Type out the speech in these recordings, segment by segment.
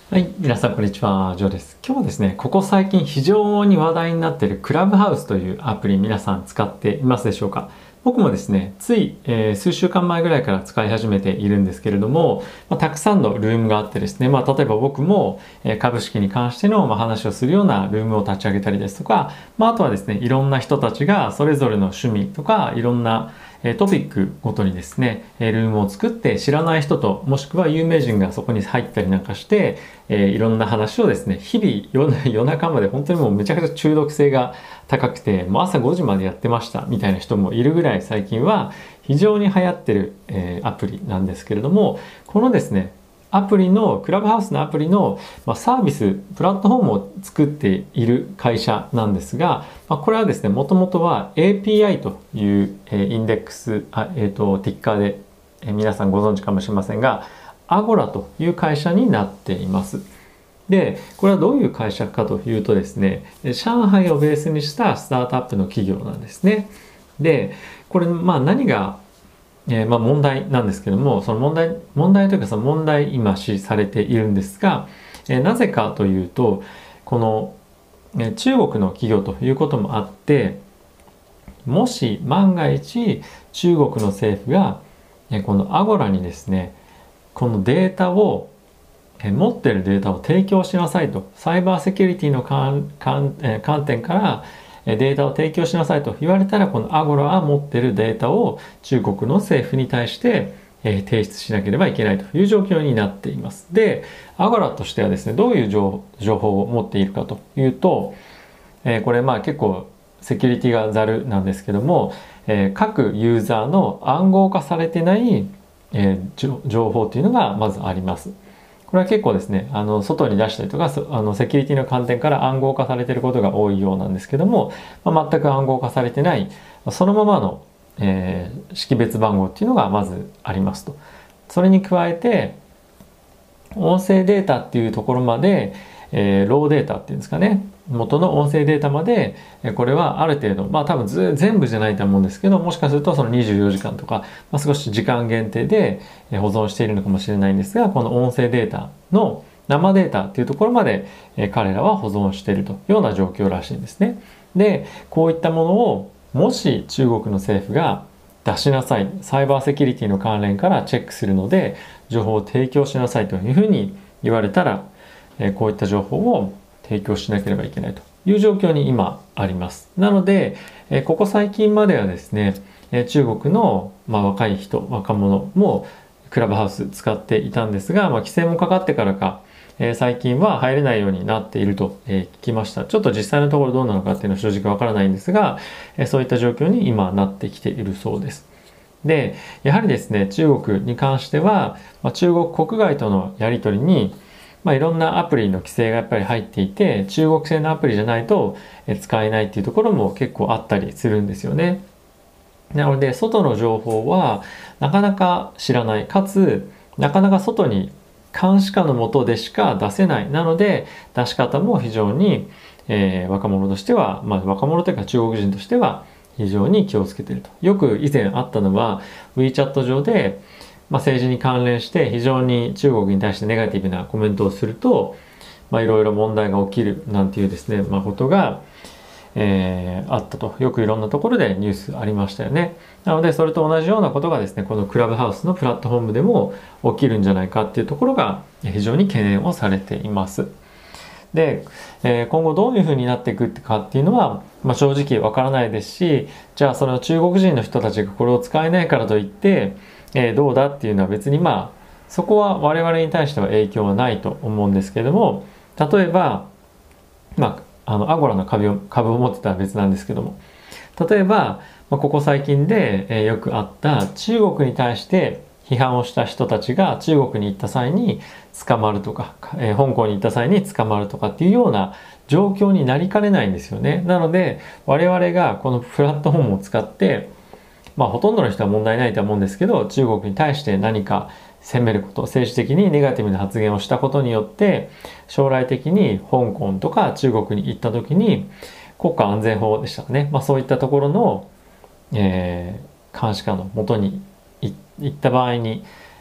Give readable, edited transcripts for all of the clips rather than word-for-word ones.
はい、皆さんこんにちは、ジョーです。今日はですね、ここ最近非常に話題になっているクラブハウスというアプリ皆さん使っていますでしょうか？僕もですね、つい、数週間前ぐらいから使い始めているんですけれども、たくさんのルームがあってですね、例えば僕も、株式に関しての、話をするようなルームを立ち上げたりですとか、あとはですね、いろんな人たちがそれぞれの趣味とかいろんなトピックごとにですね、ルームを作って知らない人ともしくは有名人がそこに入ったりなんかして、いろんな話をですね、日々夜中まで本当にもうめちゃくちゃ中毒性が高くて、もう朝5時までやってましたみたいな人もいるぐらい最近は非常に流行ってる、アプリなんですけれども、このですね、アプリのクラブハウスのアプリの、サービスプラットフォームを作っている会社なんですが、これはですねもともとは API という、インデックス、ティッカーで、皆さんご存知かもしれませんがアゴラという会社になっています。で、これはどういう会社かというとですね、上海をベースにしたスタートアップの企業なんですね。で、これ何が問題なんですけども、その問題というかその問題今視されているんですが、なぜかというと、この中国の企業ということもあって、もし万が一中国の政府がこのアゴラにですね、このデータを持っているデータを提供しなさいと、サイバーセキュリティの観点からデータを提供しなさいと言われたら、このアゴラは持っているデータを中国の政府に対して提出しなければいけないという状況になっています。で、アゴラとしてはですね、どういう情報を持っているかというと、これ結構セキュリティがざるなんですけども、各ユーザーの暗号化されてない、情報というのがまずあります。これは結構ですね、外に出したりとか、セキュリティの観点から暗号化されていることが多いようなんですけども、全く暗号化されてない、そのままの、識別番号っていうのがまずありますと。それに加えて、音声データっていうところまで、ローデータっていうんですかね、元の音声データまで、これはある程度、多分全部じゃないと思うんですけど、もしかするとその24時間とか、少し時間限定で保存しているのかもしれないんですが、この音声データの生データっていうところまで、彼らは保存しているというような状況らしいんですね。で、こういったものをもし中国の政府が出しなさい、サイバーセキュリティの関連からチェックするので情報を提供しなさいというふうに言われたら、こういった情報を提供しなければいけないという状況に今あります。なので、ここ最近まではですね、中国の、若い人、若者もクラブハウス使っていたんですが、規制もかかってからか、最近は入れないようになっていると、聞きました。ちょっと実際のところどうなのかっていうのは正直わからないんですが、そういった状況に今なってきているそうです。で、やはりですね、中国に関しては、中国国外とのやり取りにいろんなアプリの規制がやっぱり入っていて、中国製のアプリじゃないと使えないっていうところも結構あったりするんですよね。なので、外の情報はなかなか知らない。かつ、なかなか外に監視下の下でしか出せない。なので、出し方も非常に、若者としては、若者というか中国人としては非常に気をつけていると。よく以前あったのは、WeChat 上で、政治に関連して非常に中国に対してネガティブなコメントをすると、いろいろ問題が起きるなんていうですね、ことが、あったと。よくいろんなところでニュースありましたよね。なので、それと同じようなことがですね、このクラブハウスのプラットフォームでも起きるんじゃないかっていうところが非常に懸念をされています。で、今後どういうふうになっていくかっていうのは、正直わからないですし、じゃあその中国人の人たちがこれを使えないからといって、どうだっていうのは別にそこは我々に対しては影響はないと思うんですけども、例えば、アゴラの株を持ってたら別なんですけども、例えば、ここ最近で、よくあった中国に対して批判をした人たちが中国に行った際に捕まるとか、香港に行った際に捕まるとかっていうような状況になりかねないんですよね。なので、我々がこのプラットフォームを使って、ほとんどの人は問題ないと思うんですけど、中国に対して何か責めること、政治的にネガティブな発言をしたことによって、将来的に香港とか中国に行った時に、国家安全法でしたかね。そういったところの、監視下のもとに行った場合に、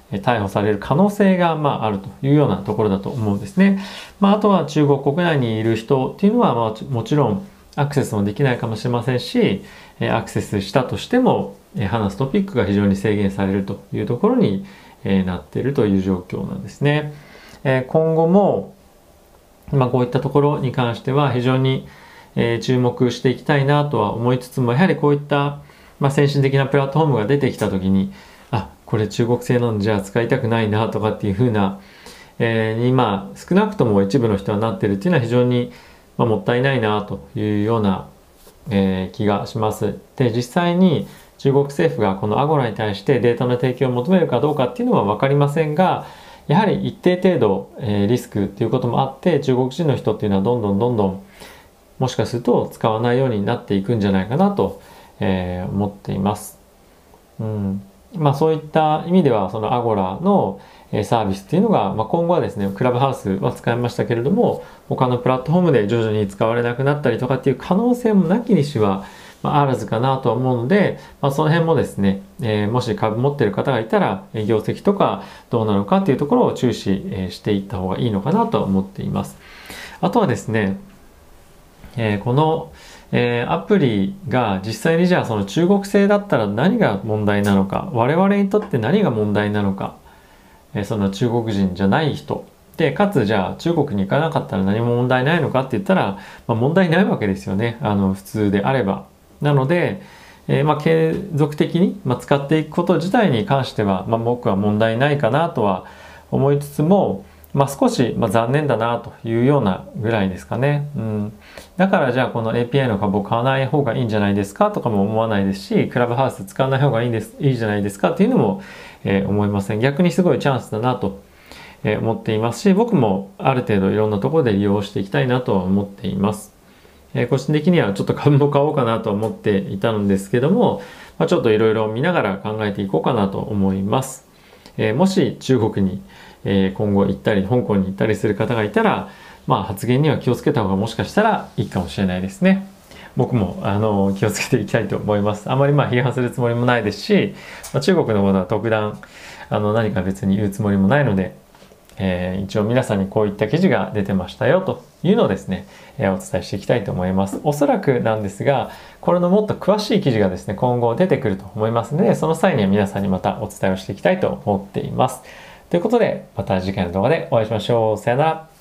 逮捕される可能性が、あるというようなところだと思うんですね。あとは中国国内にいる人っていうのは、もちろんアクセスもできないかもしれませんし、アクセスしたとしても、話すトピックが非常に制限されるというところに、なっているという状況なんですね。今後も、こういったところに関しては非常に、注目していきたいなとは思いつつも、やはりこういった、先進的なプラットフォームが出てきた時に、これ中国製なんでじゃあ使いたくないなとかっていうふうな、今少なくとも一部の人はなってるっていうのは非常に、もったいないなというような、気がします。で、実際に中国政府がこのアゴラに対してデータの提供を求めるかどうかっていうのは分かりませんが、やはり一定程度、リスクっていうこともあって中国人の人っていうのはどんどんもしかすると使わないようになっていくんじゃないかなと、思っています。そういった意味ではそのアゴラのサービスっていうのが、今後はですねクラブハウスは使いましたけれども他のプラットフォームで徐々に使われなくなったりとかっていう可能性もなきにしはあらずかなとは思うので、その辺もですね、もし株持ってる方がいたら業績とかどうなのかっていうところを注視していった方がいいのかなと思っています。あとはですね、このアプリが実際にじゃあその中国製だったら何が問題なのか、我々にとって何が問題なのか、その中国人じゃない人で、かつじゃあ中国に行かなかったら何も問題ないのかって言ったら、問題ないわけですよね、普通であれば。なので、継続的に、使っていくこと自体に関しては、僕は問題ないかなとは思いつつも、少し、残念だなというようなぐらいですかね。だからじゃあこの API の株を買わない方がいいんじゃないですかとかも思わないですし、クラブハウス使わない方がいいじゃないですかっていうのも、思いません。逆にすごいチャンスだなと、思っていますし、僕もある程度いろんなところで利用していきたいなとは思っています。個人的にはちょっと株も買おうかなと思っていたんですけども、ちょっといろいろ見ながら考えていこうかなと思います。もし中国に今後行ったり香港に行ったりする方がいたら、発言には気をつけた方がもしかしたらいいかもしれないですね。僕も気をつけていきたいと思います。あまり批判するつもりもないですし、中国のことは特段何か別に言うつもりもないので、一応皆さんにこういった記事が出てましたよというのをですね、お伝えしていきたいと思います。おそらくなんですが、これのもっと詳しい記事がですね、今後出てくると思いますので、その際には皆さんにまたお伝えをしていきたいと思っています。ということで、また次回の動画でお会いしましょう。さよなら。